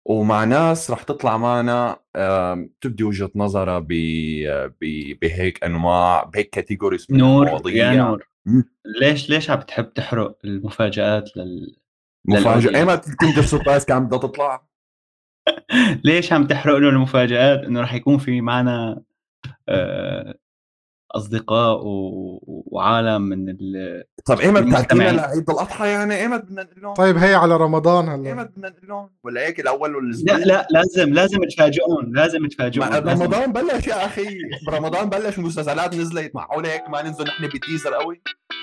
ومع ناس رح تطلع معنا تبدي وجهة نظرها بهيك انواع، بهيك كاتيجوريز من نور يا المواضيع. نور، ليش عم بتحب تحرق المفاجآت مفاجأة ايمت للأودينس؟ الكندر سربرايز كان بدها تطلع. ليش عم تحرق له المفاجآت إنه رح يكون في معنا آه، أصدقاء وعالم من طب ايمت تركينا المستمعين؟ لعيد الاضحى، يعني ايمت بدنا نقول لهم، طيب هي على رمضان هلا. ايمت بدنا نقول لهم ولا هيك الاول لا والاسبوع؟ لا، لازم تفاجئون، ما لازم. رمضان بلش يا اخي، برمضان بلش مسلسلات نزلت، معقوله هيك ما ننزل نحن بتيزر قوي؟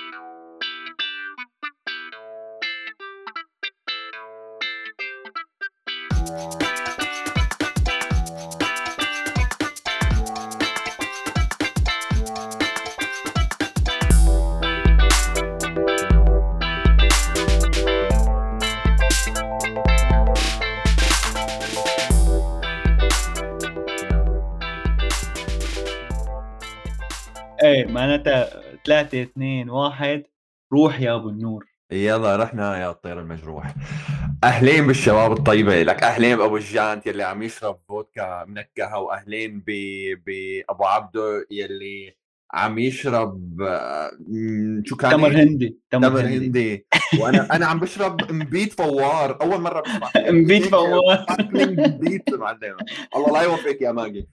ايه معناتها 3 2 1 روح يا ابو النور. يلا رحنا يا الطير المجروح. اهلين بالشباب الطيبه لك، اهلين بابو الجانت يلي عم يشرب فودكا منكهه، واهلين بابو عبده يلي عم يشرب شو كان تمر ايش؟ هندي، تمر تمر هندي. هندي. وانا عم بشرب مبيت فوار، اول مره بسمع فيها مبيت هيك فوار. سباركلينج مبيت معلم. الله لا يوفقك يا ماجي.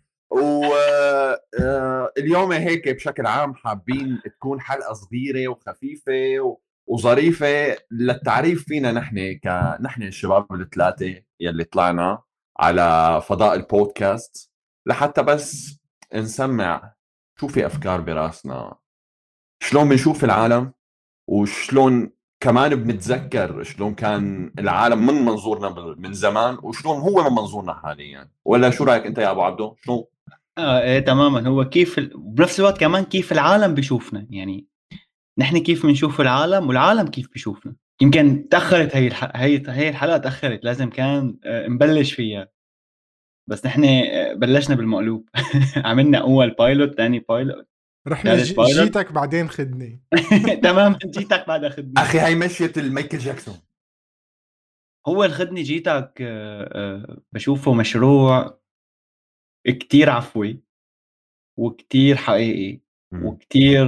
واليوم هيك بشكل عام حابين تكون حلقه صغيره وخفيفه وظريفه للتعريف فينا نحن نحن الشباب الثلاثه يلي طلعنا على فضاء البودكاست، لحتى بس نسمع شو في افكار براسنا، شلون بنشوف العالم، وشلون كمان بنتذكر شلون كان العالم من منظورنا من زمان، وشلون هو من منظورنا حاليا. ولا شو رايك انت يا ابو عبدو؟ شو ايه تماما، هو كيف بنفس الوقت كمان كيف العالم بيشوفنا، يعني نحن كيف بنشوف العالم والعالم كيف بيشوفنا. يمكن تأخرت هي الحلقة تأخرت، لازم كان نبلش فيها، بس نحن بلشنا بالمقلوب. عملنا أول بايلوت، ثاني بايلوت، رحنا ثالث بايلوت. جيتك بعدين خدني. تمام، جيتك بعد أخذني. اخي هاي مشيت المايكل جاكسون. هو الخدني جيتك بشوفه مشروع كتير عفوي وكتير حقيقي وكتير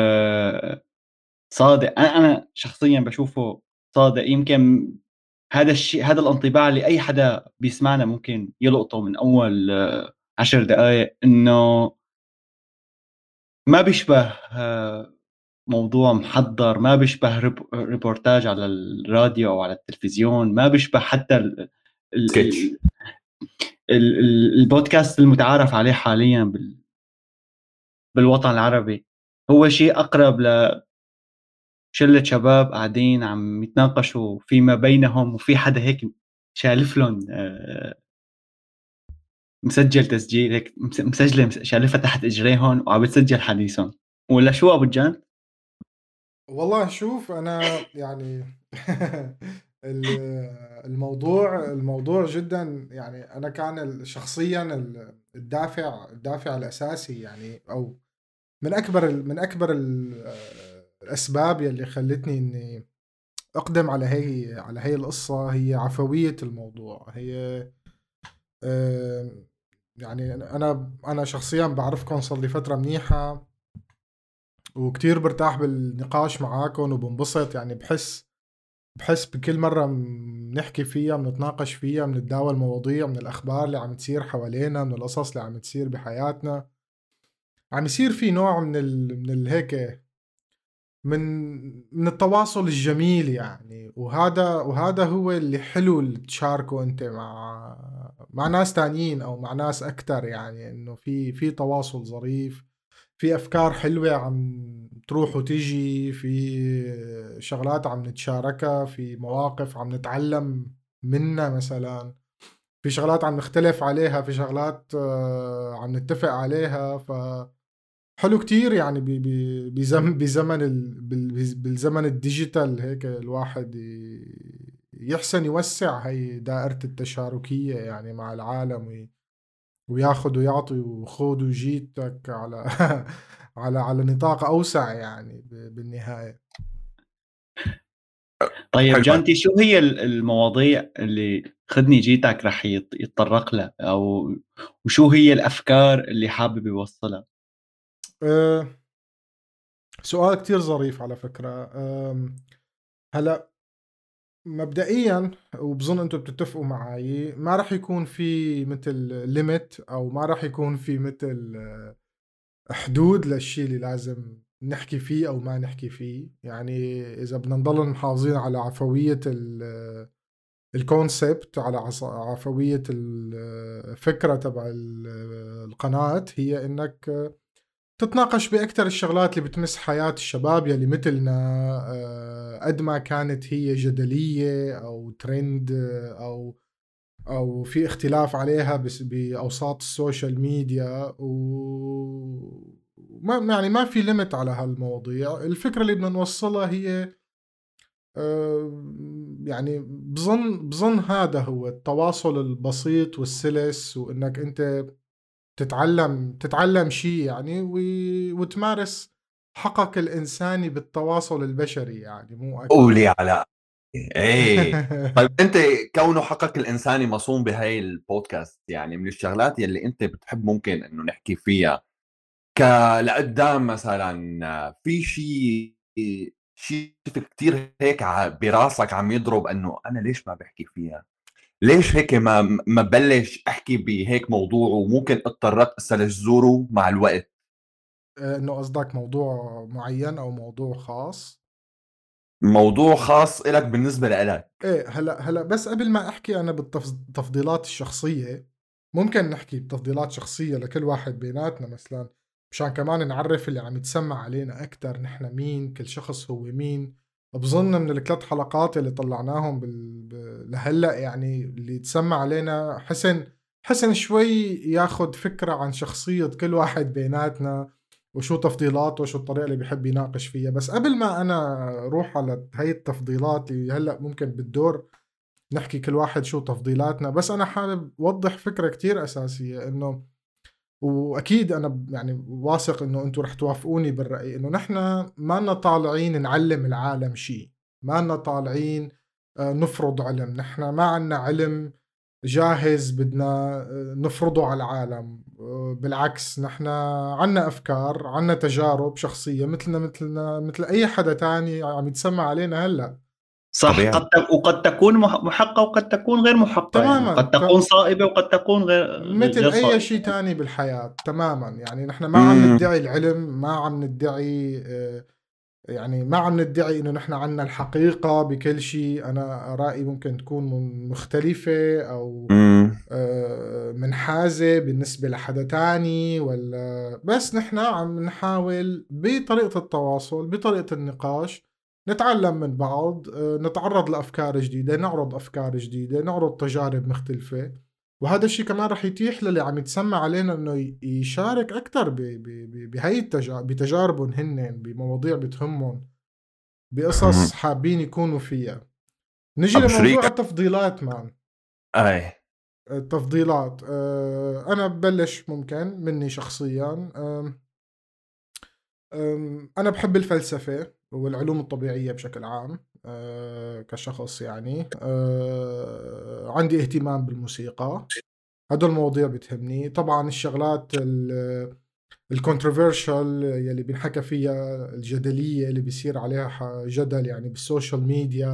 صادق. أنا شخصيا بشوفه صادق. يمكن هذا الشيء، هذا الانطباع اللي أي حدا بيسمعنا ممكن يلقطه من أول 10 دقايق، إنه ما بيشبه موضوع محضر، ما بيشبه ريبورتاج على الراديو أو على التلفزيون، ما بيشبه حتى سكتش. البودكاست المتعارف عليه حاليا بالوطن العربي. هو شيء أقرب لشلة شباب قاعدين عم يتناقشوا فيما بينهم، وفي حدا هيك شالف لهم مسجل تسجيل هيك، مسجلة شالفها تحت إجريهم وعم بتسجل حديثهم. ولا شو أبو جان؟ والله شوف أنا يعني الموضوع جدا يعني أنا كان شخصيا الدافع الأساسي يعني، أو من أكبر الأسباب يلي خلتني إني أقدم على هي القصة هي عفوية الموضوع. هي يعني أنا شخصيا بعرفكم صار لي فترة منيحة، وكتير برتاح بالنقاش معاكم وبنبسط، يعني بحس بكل مرة بنحكي فيها، بنتناقش فيها، بنتداول مواضيع من الأخبار اللي عم تصير حوالينا، من القصص اللي عم تصير بحياتنا. عم يصير في نوع من هيك من التواصل الجميل يعني، وهذا هو اللي حلو اللي تشاركه انت مع ناس تانيين او مع ناس اكتر، يعني انه في تواصل ظريف، في افكار حلوة عم تروح وتيجي، في شغلات عم نتشاركها، في مواقف عم نتعلم منها مثلا، في شغلات عم نختلف عليها، في شغلات عم نتفق عليها. حلو كتير يعني بالزمن الديجيتال هيك الواحد يحسن يوسع هي دائرة التشاركية يعني مع العالم، وياخد ويعطي وخود وجيتك على على نطاق أوسع يعني بالنهاية. طيب حلو. جانتي، شو هي المواضيع اللي خدني جيتك رح يتطرق لها، أو وشو هي الأفكار اللي حابب يوصلها؟ أه سؤال كتير ظريف على فكرة. هلا مبدئيا، وبظن انتم بتتفقوا معي، ما راح يكون في مثل ليميت او ما راح يكون في مثل حدود للشيء اللي لازم نحكي فيه او ما نحكي فيه. يعني اذا بدنا نضل محافظين على عفوية الكونسبت، على عفوية الفكرة تبع القناة، هي انك تتناقش بأكثر الشغلات اللي بتمس حياة الشباب يلي مثلنا، قد ما كانت هي جدلية أو ترند، أو في اختلاف عليها بس بأوساط السوشيال ميديا. ما يعني ما في ليمت على هالمواضيع. الفكرة اللي بدنا نوصلها هي يعني بظن هذا هو التواصل البسيط والسلس، وإنك أنت تتعلم شيء يعني، وتمارس حقك الإنساني بالتواصل البشري، يعني مو أكثر. قولي على ايه. طيب انت كونه حقك الانساني مصون بهاي البودكاست، يعني من الشغلات يلي انت بتحب ممكن انه نحكي فيها لقدام مثلا، في شيء كتير هيك براسك عم يضرب انه انا ليش ما بحكي فيها؟ ليش هيك ما بلش احكي بهيك موضوع وممكن اضطرت هسه لجذوره مع الوقت؟ إنه قصدك موضوع معين أو موضوع خاص؟ موضوع خاص إلك بالنسبة لإلك. إيه، هلا بس قبل ما أحكي أنا بالتفضيلات الشخصية، ممكن نحكي بتفضيلات شخصية لكل واحد بيناتنا مثلا، مشان كمان نعرف اللي عم يتسمع علينا أكتر نحن مين، كل شخص هو مين. بظن من الثلاث حلقات اللي طلعناهم لهلأ، يعني اللي يتسمع علينا حسن شوي ياخد فكرة عن شخصية كل واحد بيناتنا، وشو تفضيلاته وشو الطريقة اللي بيحب يناقش فيها. بس قبل ما أنا روح على هاي التفضيلات اللي هلأ ممكن بالدور نحكي كل واحد شو تفضيلاتنا، بس أنا حابب أوضح فكرة كتير أساسية، إنه وأكيد أنا يعني واثق إنه أنتم رح توافقوني بالرأي، إنه نحن ما لنا طالعين نعلم العالم شيء، ما لنا طالعين نفرض علم. نحن ما عنا علم جاهز بدنا نفرضه على العالم. بالعكس، نحن عنا أفكار، عنا تجارب شخصية مثلنا مثل أي حدا تاني عم يتسمع علينا هلأ. صح. طبيعي. وقد تكون محقة وقد تكون غير محقة، يعني قد تكون صائبة وقد تكون مثل غير أي صائبة. شيء تاني بالحياة تماما. يعني نحن ما عم امم ندعي العلم، ما عم ندعي يعني ما عم ندعي إنه نحن عنا الحقيقة بكل شيء. أنا آرائي ممكن تكون مختلفة أو امم منحازة بالنسبة لحدا تاني، ولا بس نحن عم نحاول بطريقة التواصل، بطريقة النقاش، نتعلم من بعض، نتعرض لأفكار جديدة، نعرض أفكار جديدة، نعرض تجارب مختلفة. وهذا الشيء كمان رح يتيح للي عم يتسمع علينا انه يشارك اكثر بهي بتجاربهم هن، بمواضيع بتهمهم، بقصص حابين يكونوا فيها. نجي لموضوع ابشريك. التفضيلات مان. اي. التفضيلات، انا ببلش ممكن مني شخصيا. انا بحب الفلسفة والعلوم الطبيعية بشكل عام. كشخص يعني عندي اهتمام بالموسيقى. هدول المواضيع بتهمني. طبعا الشغلات الكونتروفيرشال يلي بنحكى فيها، الجدلية اللي بيصير عليها جدل يعني بالسوشيال ميديا،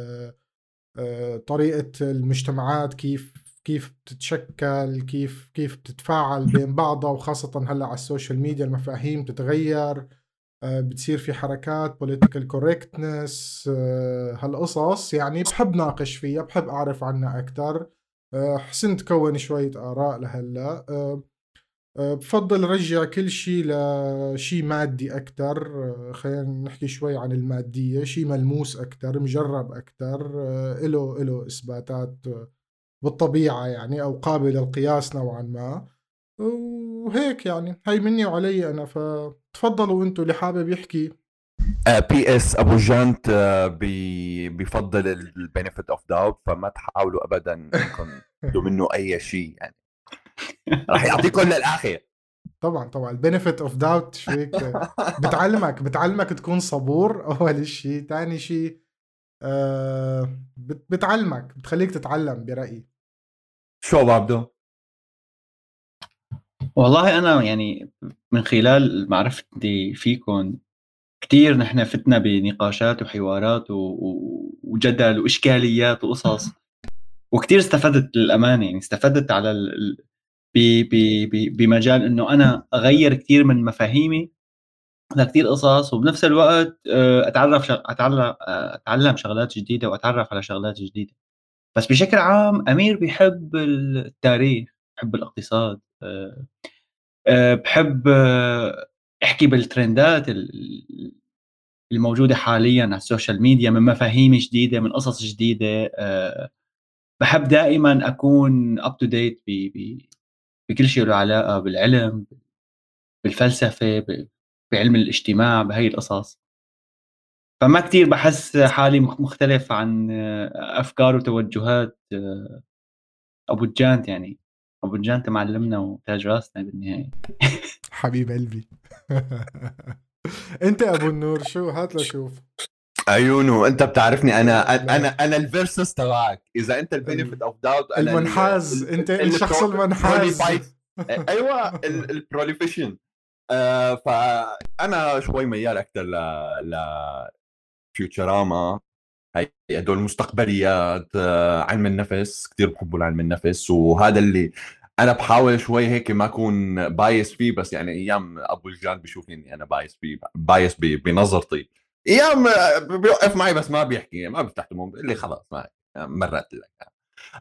طريقة المجتمعات كيف بتتشكل، كيف بتتفاعل بين بعضها، وخاصة هلا على السوشيال ميديا المفاهيم تتغير، بتصير في حركات political correctness، هالقصص يعني بحب ناقش فيها، بحب أعرف عنها أكتر. حسنت كون شوية آراء لهلا. بفضل رجع كل شيء لشيء مادي أكتر. خلينا نحكي شوي عن المادية، شيء ملموس أكتر، مجرب أكتر، إله إثباتات بالطبيعة يعني، أو قابل للقياس نوعا ما. وهيك يعني هاي مني وعلي أنا. فتفضلوا أنتوا اللي حابب يحكي. بي اس ابو جانت بفضل البنفيت اوف داوت، فما تحاولوا ابدا انكم تاخذوا منه اي شيء، يعني راح يعطيكم للاخر. طبعا البنفيت اوف داوت شو هيك، بتعلمك تكون صبور اول شيء. ثاني شيء بتعلمك، بتخليك تتعلم برأيي. شو أبو عبدو؟ والله أنا يعني من خلال معرفتي فيكم كتير نحن فتنا بنقاشات وحوارات وجدل وإشكاليات وقصص، وكتير استفدت للأمانة. يعني استفدت على بمجال إنه أنا أغير كتير من مفاهيمي لكتير قصص، وبنفس الوقت أتعلم شغلات جديدة وأتعرف على شغلات جديدة. بس بشكل عام أمير بيحب التاريخ، بحب الاقتصاد، بحب احكي بالترندات الموجودة حاليا على السوشيال ميديا، من مفاهيم جديدة، من قصص جديدة. بحب دائما أكون up to date بكل شيء له علاقة بالعلم، بالفلسفة، بعلم الاجتماع، بهاي القصص. فما كتير بحس حالي مختلف عن أفكار وتوجهات أبو الجانت. يعني أبو الجانت معلمنا وتاج راسنا بالنهاية. حبيب قلبي. انت ابو النور شو هات لشوف عيونه انت بتعرفني، انا لا. انا الفيرسس تبعك. اذا انت البينفيت اوف داوت، انا المنحاز، انت الشخص المنحاز. البروليفايد. ايوه البروليفيشن. فانا شوي ميال اكثر ل فيوتشراما. هي هدول المستقبليات، علم النفس كثير بحبوا علم النفس، وهذا اللي انا بحاول شوي هيك ما اكون بايس فيه. بس يعني ايام ابو الجان بيشوفني اني انا بايس فيه، بايس بنظرتي. ايام بيوقف معي بس ما بيحكي، ما بيفتح تمام اللي خلاص ما مرت لك.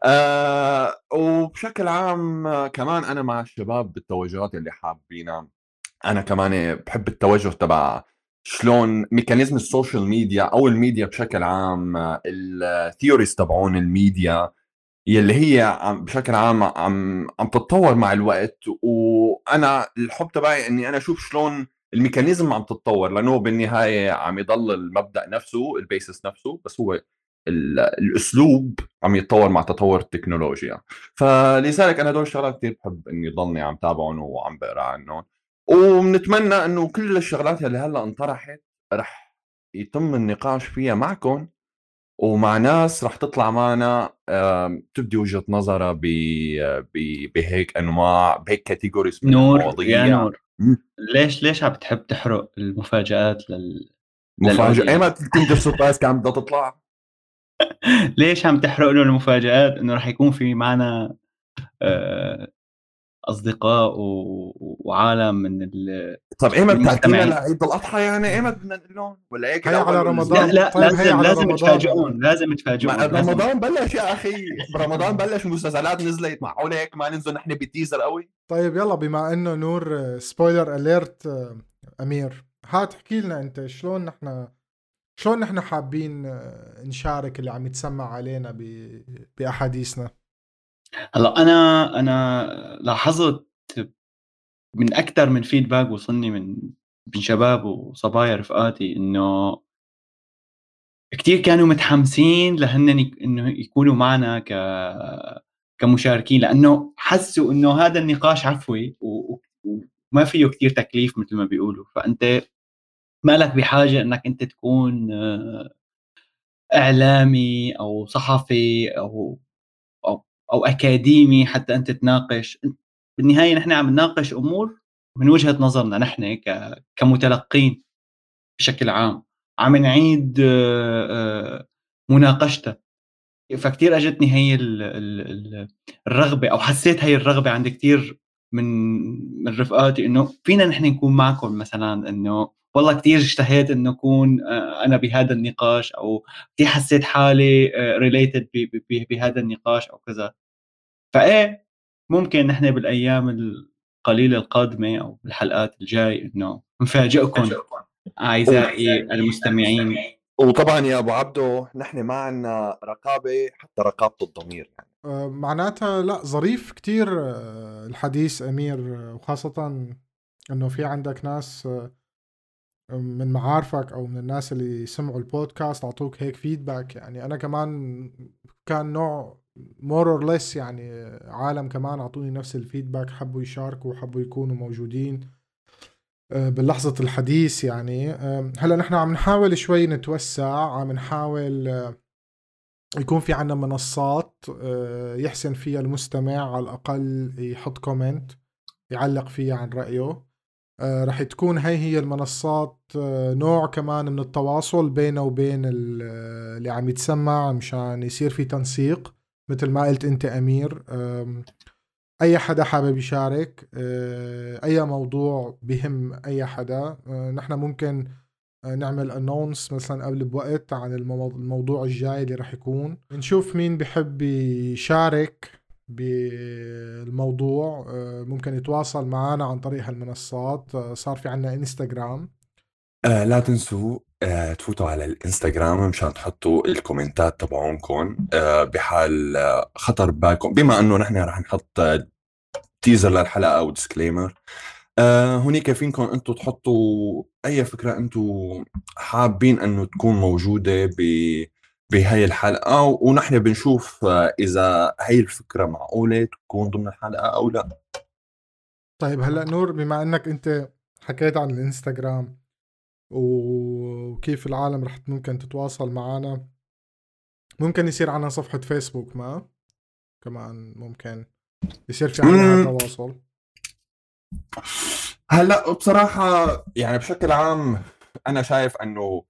وبشكل عام كمان انا مع الشباب بالتوجهات اللي حابينها. انا كمان بحب التوجه تبع شلون ميكانيزم السوشيال ميديا او الميديا بشكل عام، الثيوريز تبعون الميديا يلي هي بشكل عام عم تتطور مع الوقت. وانا الحب تبعي اني انا اشوف شلون الميكانيزم عم تتطور، لانه بالنهايه عم يضل المبدأ نفسه، البيسس نفسه، بس هو الاسلوب عم يتطور مع تطور التكنولوجيا. فلذلك انا دول الشغلات كثير بحب اني ضلني عم تابعهم وعم بقرا عنهم. وبنتمنى انه كل الشغلات اللي هلا انطرحت رح يتم النقاش فيها معكم ومع ناس رح تطلع معنا تبدي وجهة نظرها بهيك انواع، بهيك كاتيجوريز من نور يا المواضيع. نور، ليش عم بتحب تحرق المفاجآت مفاجأة ايمت للأودينس؟ الكندر سربرايز كانت بدها تطلع. ليش عم تحرق له المفاجآت انه رح يكون في معنا آه، اصدقاء وعالم من طب ايمت تعطينا المستمعين؟ لعيد الاضحى يعني ايمت بدنا نقول لهم ولا هيك هي على الاول لا رمضان. لا، طيب هي على لازم رمضان. تفاجئون، لازم تفاجئون، لازم. رمضان بلش يا اخي، برمضان بلش المسلسلات نزلت، معقوله هيك ما ننزل نحن بتيزر قوي؟ طيب يلا، بما انه نور سبويلر اليرت، امير هات احكي لنا انت شلون نحن حابين نشارك اللي عم يتسمع علينا باحاديثنا. هلا انا لاحظت من اكثر من فيدباك وصلني من شباب وصبايا رفقاتي انه كتير كانوا متحمسين انه يكونوا معنا كمشاركين، لانه حسوا انه هذا النقاش عفوي وما فيه كتير تكليف مثل ما بيقولوا. فانت ما لك بحاجه انك انت تكون اعلامي او صحفي او او اكاديمي حتى انت تناقش. بالنهايه نحن عم نناقش امور من وجهه نظرنا نحن كمتلقين بشكل عام، عم نعيد مناقشتها. فكتير اجتني هي الرغبه، او حسيت هي الرغبه عند كتير من رفقاتي انه فينا نحن نكون معكم مثلا. انه والله كتير اشتهيت انه اكون انا بهذا النقاش، او كتير حسيت حالي ريليتد بهذا النقاش او كذا. فايه ممكن نحن بالايام القليله القادمه او بالحلقات الجاي انه نفاجئكم اعزائي المستمعين. وطبعا يا ابو عبدو نحن ما عندنا رقابه، حتى رقابه الضمير يعني. معناتها لا، ظريف كتير الحديث امير، وخاصة انه في عندك ناس من معارفك او من الناس اللي سمعوا البودكاست اعطوك هيك فيدباك. يعني انا كمان كان نوع more or less، يعني عالم كمان اعطوني نفس الفيدباك، حبوا يشاركوا وحبوا يكونوا موجودين. باللحظة الحديث يعني. هلا نحن عم نحاول شوي نتوسع، عم نحاول يكون في عنا منصات يحسن فيها المستمع على الأقل يحط كومنت يعلق فيها عن رأيه. رح تكون هي المنصات نوع كمان من التواصل بينه وبين اللي عم يتسمع، مشان يصير في تنسيق مثل ما قلت انت أمير. اي حدا حابب يشارك اي موضوع بهم اي حدا، نحن ممكن نعمل انونس مثلا قبل بوقت عن الموضوع الجاي اللي رح يكون، نشوف مين بحب يشارك بالموضوع. ممكن يتواصل معنا عن طريق هالمنصات. صار في عنا انستغرام. لا تنسوا تفوتوا على الانستغرام مشان تحطوا الكومنتات تبعونكم بحال خطر بالكم، بما انه نحن رح نحط تيزر للحلقة او ديسكليمر. هنيك فينكم انتم تحطوا اي فكرة انتم حابين انه تكون موجودة بهاي الحلقة، ونحن بنشوف اذا هاي الفكرة معقولة تكون ضمن الحلقة او لا. طيب هلا نور، بما انك انت حكيت عن الانستغرام وكيف العالم رح ممكن تتواصل معنا، ممكن يصير عنا صفحة فيسبوك ما كمان ممكن يصير في عنا تواصل؟ هلا بصراحة يعني بشكل عام أنا شايف أنه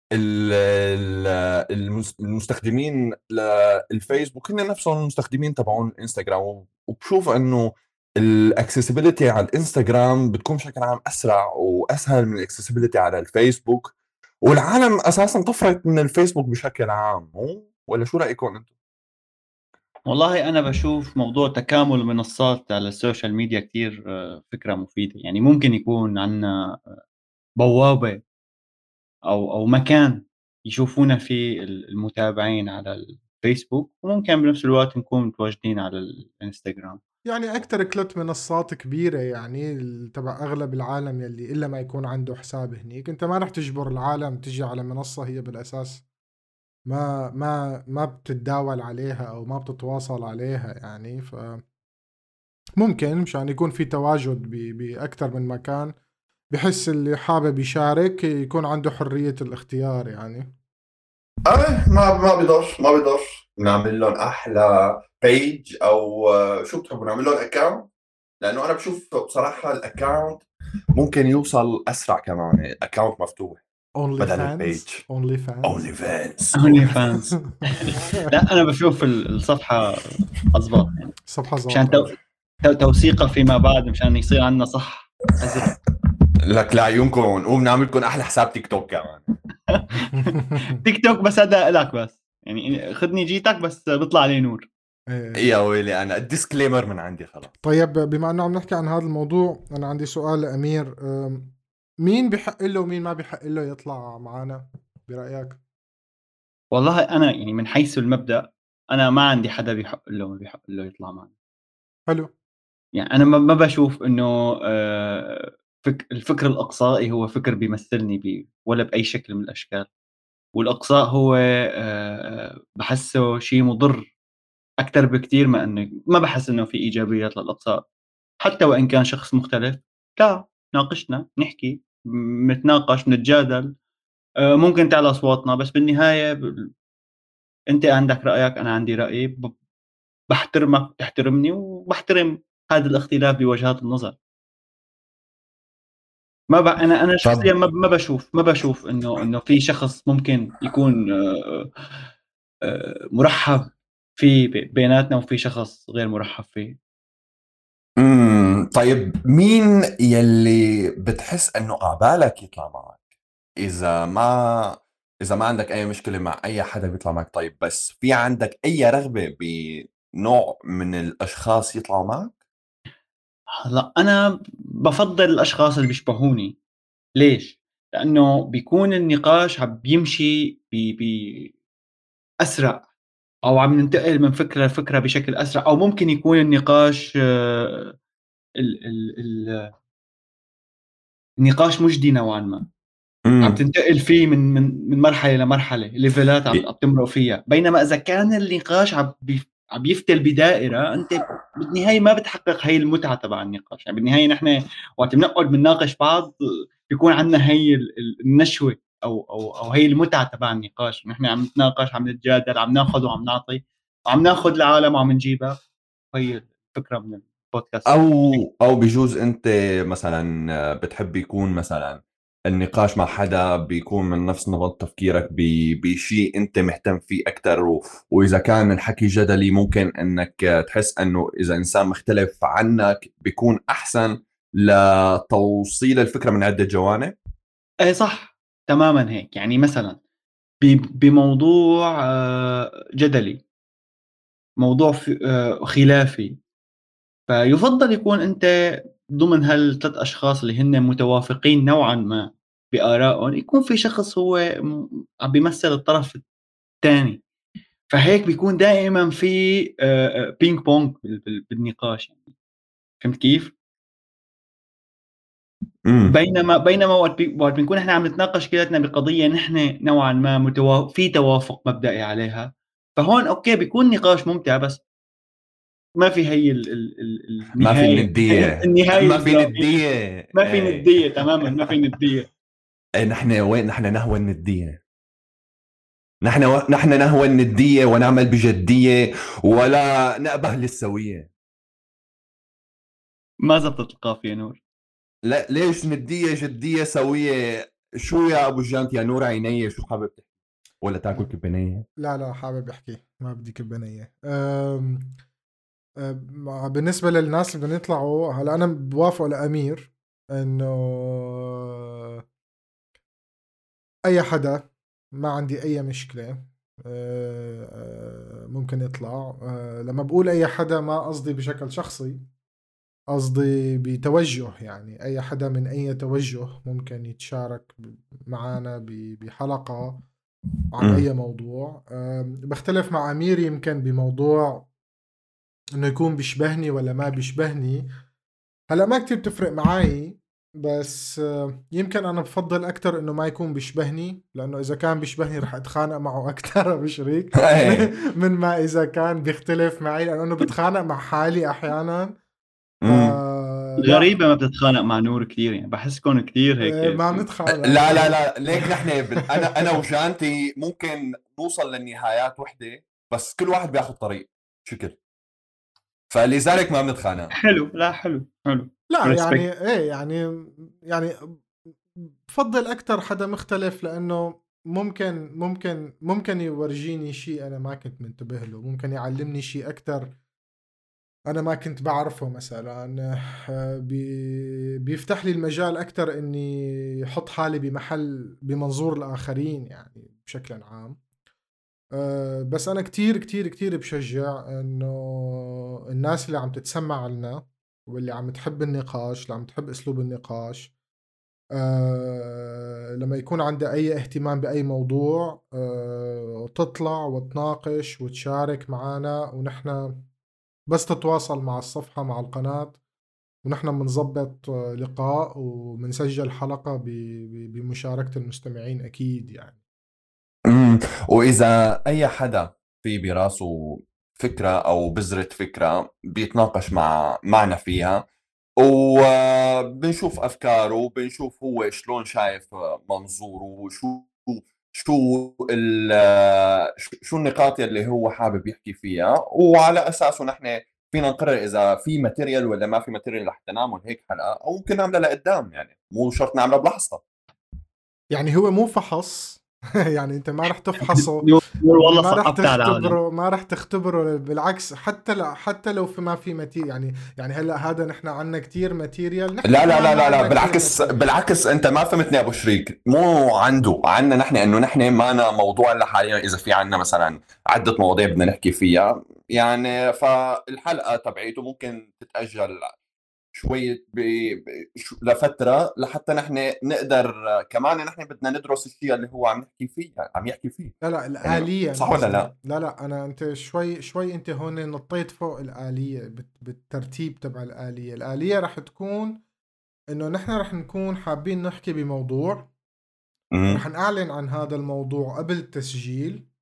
المستخدمين للفيسبوك هن نفسهم المستخدمين تبعون الانستغرام، وبشوف أنه الاكسسبيليتي على الانستغرام بتكون بشكل عام أسرع وأسهل من الاكسسبيليتي على الفيسبوك، والعالم أساسا طفرت من الفيسبوك بشكل عام. ولا شو رأيكم أنتم؟ والله أنا بشوف موضوع تكامل المنصات على السوشيال ميديا كتير فكرة مفيدة. يعني ممكن يكون عنا بوابة أو مكان يشوفونا فيه المتابعين على الفيسبوك، وممكن بنفس الوقت نكون متواجدين على الانستغرام. يعني أكتر 3 منصات كبيرة يعني تبع أغلب العالم، يلي إلا ما يكون عنده حساب هنيك. أنت ما رح تجبر العالم تجي على منصة هي بالأساس ما بتتداول عليها أو ما بتتواصل عليها يعني. ممكن مشان يكون في تواجد بأكتر من مكان، بحس اللي حابب يشارك يكون عنده حرية الاختيار يعني. ما بيضر نعمل لهم احلى بيج او شو بتحبوا نعمل لهم اكونت، لانه انا بشوف بصراحه الاكونت ممكن يوصل اسرع كمان، الاكونت مفتوح اونلي بدل البيج. فانز اونلي اونلي فانز فانس هوني فانز. لا أنا بشوف الصفحة أضبط يعني، صفحة مشان ظابطة. توثيقها فيما بعد، مشان يصير عندنا صح أزرق. لك لعيونكم نقوم نعمل لكم احلى حساب تيك توك كمان. تيك توك بس هذا لك بس، يعني خدني جيتك بس بيطلع لي نور. يا ويلي انا الديسكليمر من عندي خلاص. طيب بما انه عم نحكي عن هذا الموضوع، انا عندي سؤال لأمير. مين بحق له ومين ما بحق له يطلع معنا برأيك؟ والله أنا يعني من حيث المبدأ أنا ما عندي حدا بيحق له وما بيحق له يطلع معنا. حلو. يعني أنا ما باشوف إنه الفكر الإقصائي هو فكر بيمثلني ولا بأي شكل من الأشكال. والإقصاء هو باحسّه شي مُضِر أكتر بكتير ما باحس إنه في إيجابيات للإقصاء. حتى وإن كان شخص مختلف، لا ناقشنا، نحكي، نتناقش، نتجادل، ممكن تعلى أصواتنا، بس بالنهاية أنت عندك رأيك، أنا عندي رأيي، باحترمك، بتحترمني، وباحترم هذا الاختلاف بوجهات النظر. ما ب أنا شخصيًا طب ما باشوف إنه في شخص ممكن يكون مُرحّب فيه بيناتنا، وفي شخص غير مُرحّب فيه. طيب مين يلي بتحس انه قعبالك يطلع معك؟ اذا ما عندك اي مشكله مع اي حدا بيطلع معك، طيب بس في عندك اي رغبه بنوع من الاشخاص يطلعوا معك؟ هلأ أنا بافضّل الأشخاص اللي بيشبهوني. ليش؟ لأنه بيكون النقاش عم بيمشي أسرع، أو عم ننتقل من فكرة لفكرة بشكل أسرع، أو ممكن يكون النقاش ال ال ال النقاش مُجدي نوعًا ما. عم امم تنتقل فيه من مرحلة لمرحلة، ليفلات عم تمرق فيها. بينما إذا كان النقاش عم يفتل بدائره، انت بالنهايه ما بتحقق هي المتعه تبع النقاش. يعني بالنهايه نحن وقت بنقعد بنناقش بعض بيكون عندنا هي النشوه او هي المتعه تبع النقاش. نحن عم نتناقش، عم نتجادل، عم ناخذ وعم نعطي، عم ناخذ العالم وعم نجيبها. هي الفكره من البودكاست. او بجوز انت مثلا بتحب يكون مثلا النقاش مع حدا بيكون من نفس نمط تفكيرك بشيء انت مهتم فيه اكثر، واذا كان الحكي جدلي ممكن انك تحس انه اذا انسان مختلف عنك بيكون احسن لتوصيل الفكرة من عدة جوانب. ايه صح، تماما هيك. يعني مثلا بموضوع جدلي، موضوع خلافي، فيفضل يكون أنت ضمن هالثلاث أشخاص اللي هن متوافقين نوعا ما بآرائهم، يكون في شخص هو عم بيمثل الطرف الثاني. فهيك بيكون دائما في بينج بونج بالنقاش. يعني فهمت كيف؟ بينما وقت بنكون احنا عم نتناقش كلاتنا بقضيه نحن نوعا ما في توافق مبدئي عليها، فهون اوكي بيكون نقاش ممتع، بس ما في هي ما في النهايه الندية، النهايه ما في الدراميه. ندية. ما في ايه. نديه تماما، ما في نديه. إيه، نحن وين؟ نحن نهوى الندية. نحن نهوى الندية ونعمل بجدية ولا نأبه للسوية. ما زبطت القافيه نور. لا ليش ندية جدية سوية؟ شو يا ابو جانت يا نور عيني، شو حابب تحكي؟ ولا تاكل كبنية؟ لا حابب احكي، ما بدي كبنية. بالنسبة للناس اللي بدهم يطلعوا هلا، انا بوافق لأمير انه اي حدا ما عندي اي مشكلة ممكن يطلع. لما بقول اي حدا ما قصدي بشكل شخصي، قصدي بتوجه. يعني اي حدا من اي توجه ممكن يتشارك معنا بحلقة عن اي موضوع. بختلف مع امير يمكن بموضوع انه يكون بيشبهني ولا ما بيشبهني. هلا ما كتير بتفرق معي، بس يمكن انا بفضل اكتر انه ما يكون بيشبهني، لانه اذا كان بيشبهني رح اتخانق معه اكتر بشريك من ما اذا كان بيختلف معي، لانه بتخانق مع حالي احيانا. لا غريبه ما بتتخانق مع نور كثير، يعني بحسكم كثير هيك ما بنتخانق. لا ليك نحن انا وجانتي ممكن نوصل للنهايات وحده، بس كل واحد بياخذ طريق شكل، فلذلك ما بنتخانق. حلو. لا حلو حلو. لا ريسبكت. يعني ايه، يعني بفضل اكتر حدا مختلف، لانه ممكن يورجيني شيء انا ما كنت منتبه له، ممكن يعلمني شيء اكتر انا ما كنت بعرفه مثلا. بيفتح لي المجال اكتر اني احط حالي بمنظور الاخرين يعني بشكل عام. بس انا كتير كتير كتير بشجع انه الناس اللي عم تتسمع لنا واللي عم تحب النقاش، اللي عم تحب اسلوب النقاش، لما يكون عندها اي اهتمام باي موضوع، تطلع وتناقش وتشارك معنا، ونحن بس تتواصل مع الصفحة مع القناة، ونحن بنظبط لقاء وبنسجل حلقة بمشاركة المستمعين أكيد يعني. واذا اي حدا في براسه فكره او بذره فكره بيتناقش معنا فيها، وبنشوف افكاره، بنشوف هو شلون شايف منظوره، شو النقاط اللي هو حابب يحكي فيها، وعلى اساسه نحن فينا نقرر اذا في ماتيريال ولا ما في ماتيريال لحتى نعمل هيك حلقه، او ممكن نعملها لقدام، يعني مو شرط نعملها بلحظه. يعني هو مو فحص يعني انت ما رح تفحصه، نور والله ما رح صعبت على العالم. تختبره، ما رح تختبره. بالعكس، حتى لو ما في ماتيريال يعني هلا هذا نحن عنا كتير ماتيريال، نحن كمان ما عنا كتير بالعكس ماتيريال. بالعكس، انت ما فهمتني يا ابو شريك. مو عنا نحن انه نحن ما موضوع الا حاليا، اذا في عنا مثلا عده مواضيع بدنا نحكي فيها يعني، فالحلقه تبعيته ممكن تتاجل شوي لفتره لحتى نحن نقدر كمان نحن بدنا ندرس الشيء اللي هو عم نحكي فيه، يعني عم يحكي فيه. لا يعني الآلية صح ولا نفسها. لا؟ لا انت شوي انت هون نطيت فوق الآلية بالترتيب تبع الآلية. الآلية رح تكون انه نحن رح نكون حابين نحكي بموضوع، امم رح نعلن عن هذا الموضوع قبل التسجيل،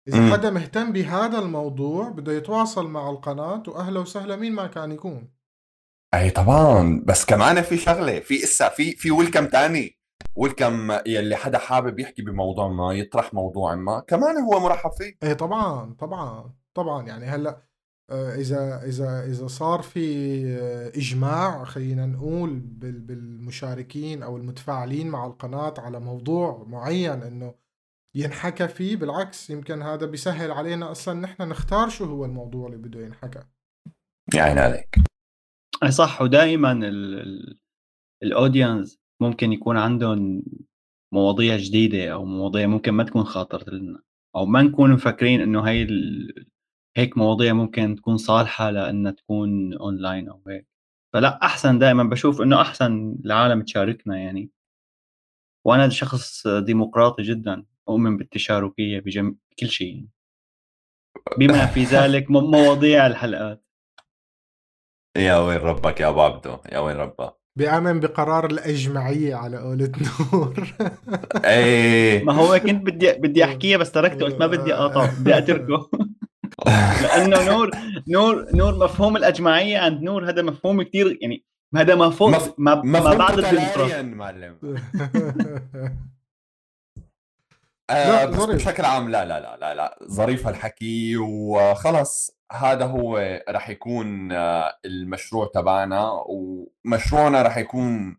إذا حدا مهتم بهذا الموضوع بده يتواصل مع القناة، وأهلا وسهلا مين ما كان يكون. اي طبعا، بس كمان في شغله، في اسا في ويلكم تاني، ويلكم يلي حدا حابب يحكي بموضوع ما، يطرح موضوع ما، كمان هو مرحب فيه. ايه طبعا طبعا طبعا. يعني هلا اذا صار في اجماع، خلينا نقول بالمشاركين او المتفاعلين مع القناة على موضوع معين انه ينحكى فيه، بالعكس يمكن هذا بيسهل علينا اصلا نحن نختار شو هو الموضوع اللي بده ينحكى. يعني عليك صح. ودائما الاودينس ممكن يكون عندهم مواضيع جديدة أو مواضيع ممكن ما تكون خاطرت لنا، أو ما نكون مفكرين إنه هاي هيك مواضيع ممكن تكون صالحة لأنها تكون أونلاين أو هيك. فلا، أحسن دائما بشوف إنه أحسن العالم تشاركنا يعني. وأنا شخص ديمقراطي جدا، أؤمن بالتشاركية بكل شيء يعني. بما في ذلك مواضيع الحلقات. يا وين ربك يا بابدو، يا وين ربك. بيآمن بقرار الأجمعية على قولة نور. ايه ما هو كنت بدي أحكيها بس تركته، قلت ما بدي أقاطع، بدي أتركه. لانه نور مفهوم الاجماعيه عند نور هذا مفهوم كتير يعني، هذا مفهوم ما بعد الديمقراطيه معلم. لا بس ظريف. بشكل عام لا ظريف هالحكي، وخلص هذا هو رح يكون المشروع تبعنا، ومشروعنا رح يكون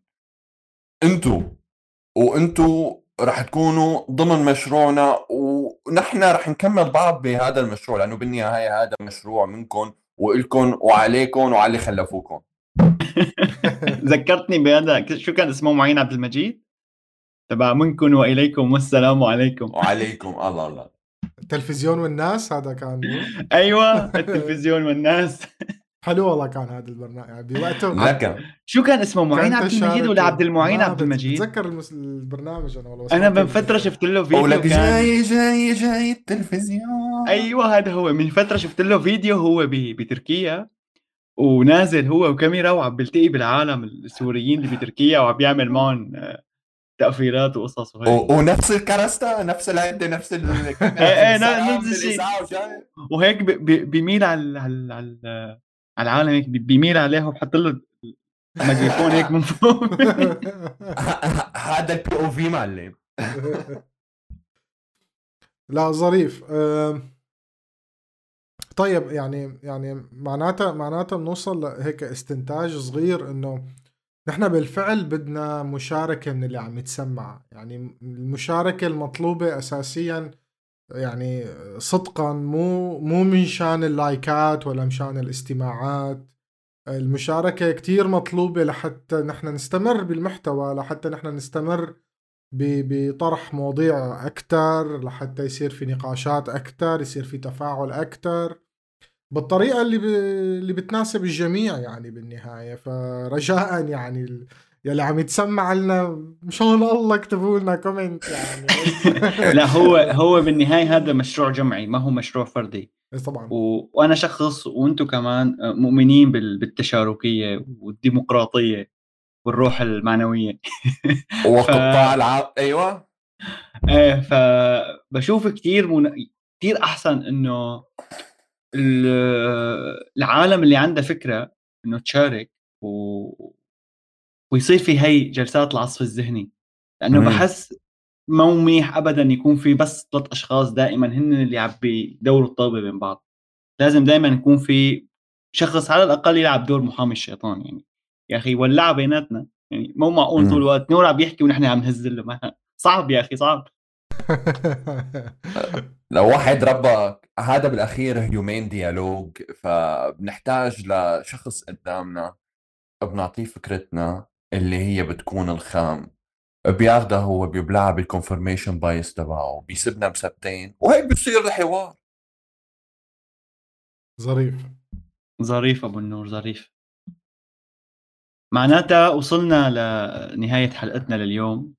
وانتو رح تكونوا ضمن مشروعنا، ونحن رح نكمل بعض بهذا المشروع، لانه بالنهايه هذا مشروع منكم والكم وعليكم وعلى اللي خلفوكم. ذكرتني بهذا، شو كان اسمه، معين عبد المجيد تبع منكم واليكم والسلام عليكم. وعليكم الله. التلفزيون والناس هذا كان مو؟ ايوه التلفزيون والناس. حلو والله كان هذا البرنامج يعني بوقته. لكن شو كان اسمه، معين عبد المجيد ولا عبد المعين عبد المجيد؟ بتذكر البرنامج انا والله. انا من فتره شفت له فيديو ولك كان جاي التلفزيون. ايوه هذا هو. من فتره شفت له فيديو هو بتركيا، ونازل هو وكاميرا وعم بيلتقي بالعالم السوريين اللي بتركيا وعم بيعمل معهم تقفيلات وقصص وهيك. ونفس الكرستا، نفس العده، نفس ايه نفس الشيء. وهيك بيميل على العالم، هيك بيميل عليه وبحط له الميكروفون هيك من فوق. هذا البي او في معلم. لا ظريف. طيب يعني معناتها بنوصل لهيك استنتاج صغير انه نحن بالفعل بدنا مشاركة من اللي عم يتسمع. يعني المشاركة المطلوبة اساسيا يعني صدقا، مو من شان اللايكات ولا مشان الاستماعات. المشاركة كتير مطلوبة لحتى نحن نستمر بالمحتوى، لحتى نحن نستمر بطرح مواضيع أكتر، لحتى يصير في نقاشات أكتر، يصير في تفاعل أكتر بالطريقة اللي بتناسب الجميع يعني بالنهاية. فرجاء يعني يلي عم يتسمع لنا مشان الله اكتبوا لنا كومنت يعني. لا هو بالنهاية هذا مشروع جمعي، ما هو مشروع فردي. طبعا. وانا شخص وانتم كمان مؤمنين بالتشاركية والديمقراطية والروح المعنوية. وقطاع العاب. ايوه ايه، فبشوف كتير احسن انه العالم اللي عنده فكرة انه تشارك ويصير في هي جلسات العصف الذهني، لانه بحس مو منيح ابدا يكون في بس 3 اشخاص دائما هن اللي عم بيدوروا الطاوله بين بعض. لازم دائما يكون في شخص على الاقل يلعب دور محامي الشيطان يعني. يا اخي ولعوا بيناتنا يعني، مو معقول طول الوقت نور عم يحكي ونحن عم نهز له. صعب يا اخي صعب. لو واحد ربك هذا بالاخير هيومين ديالوج، فبنحتاج لشخص قدامنا بنعطيه فكرتنا اللي هي بتكون الخام، بياخده هو بيبلعها بالكونفرميشن بايس تبعه، بيسبنا بسبتين، وهيك بتصير الحوار. ظريف ابو النور ظريف. معناتها وصلنا لنهايه حلقتنا لليوم.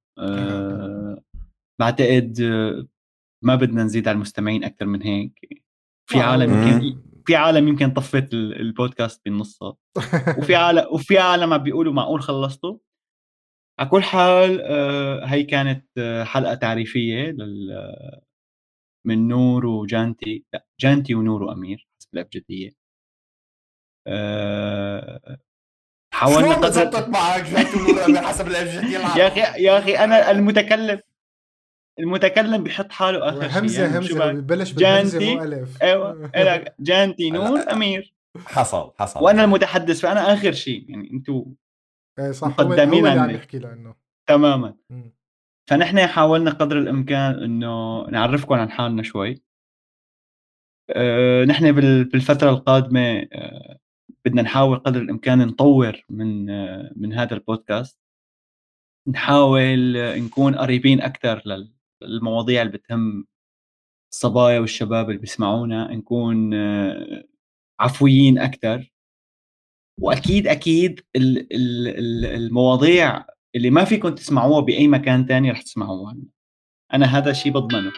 بعتقد ما بدنا نزيد على المستمعين اكثر من هيك. في عالم يمكن طفت البودكاست بالنص، وفي عالم عم بيقولوا معقول خلصتوا. على كل حال هي كانت حلقة تعريفية من نور وجانتي، لا جانتي ونور وأمير حسب الأبجدية. حاولنا شلون بزبطت معك جانتي ونور أمير حسب الأبجدية العربية؟ يا أخي أنا المتكلم بيحط حاله آخر شيء همزة يعني همزة وبيبلش بالهمزة مو جانتي، ألف. أيوة جانتي نور أمير، حصل وأنا المتحدث فأنا آخر شيء يعني أنتوا ايه صح، مقدمين هو اللي عم عني يحكي له انه تماما. فنحن حاولنا قدر الإمكان إنه نعرفكم عن حالنا شوي. نحن بالفترة القادمة بدنا نحاول قدر الإمكان نطور من هذا البودكاست، نحاول نكون قريبين أكثر للمواضيع اللي بتهم الصبايا والشباب اللي بيسمعونا، نكون عفويين أكثر. وأكيد المواضيع اللي ما فيكم تسمعوها بأي مكان تاني رح تسمعوها، أنا هذا الشيء بضمنه.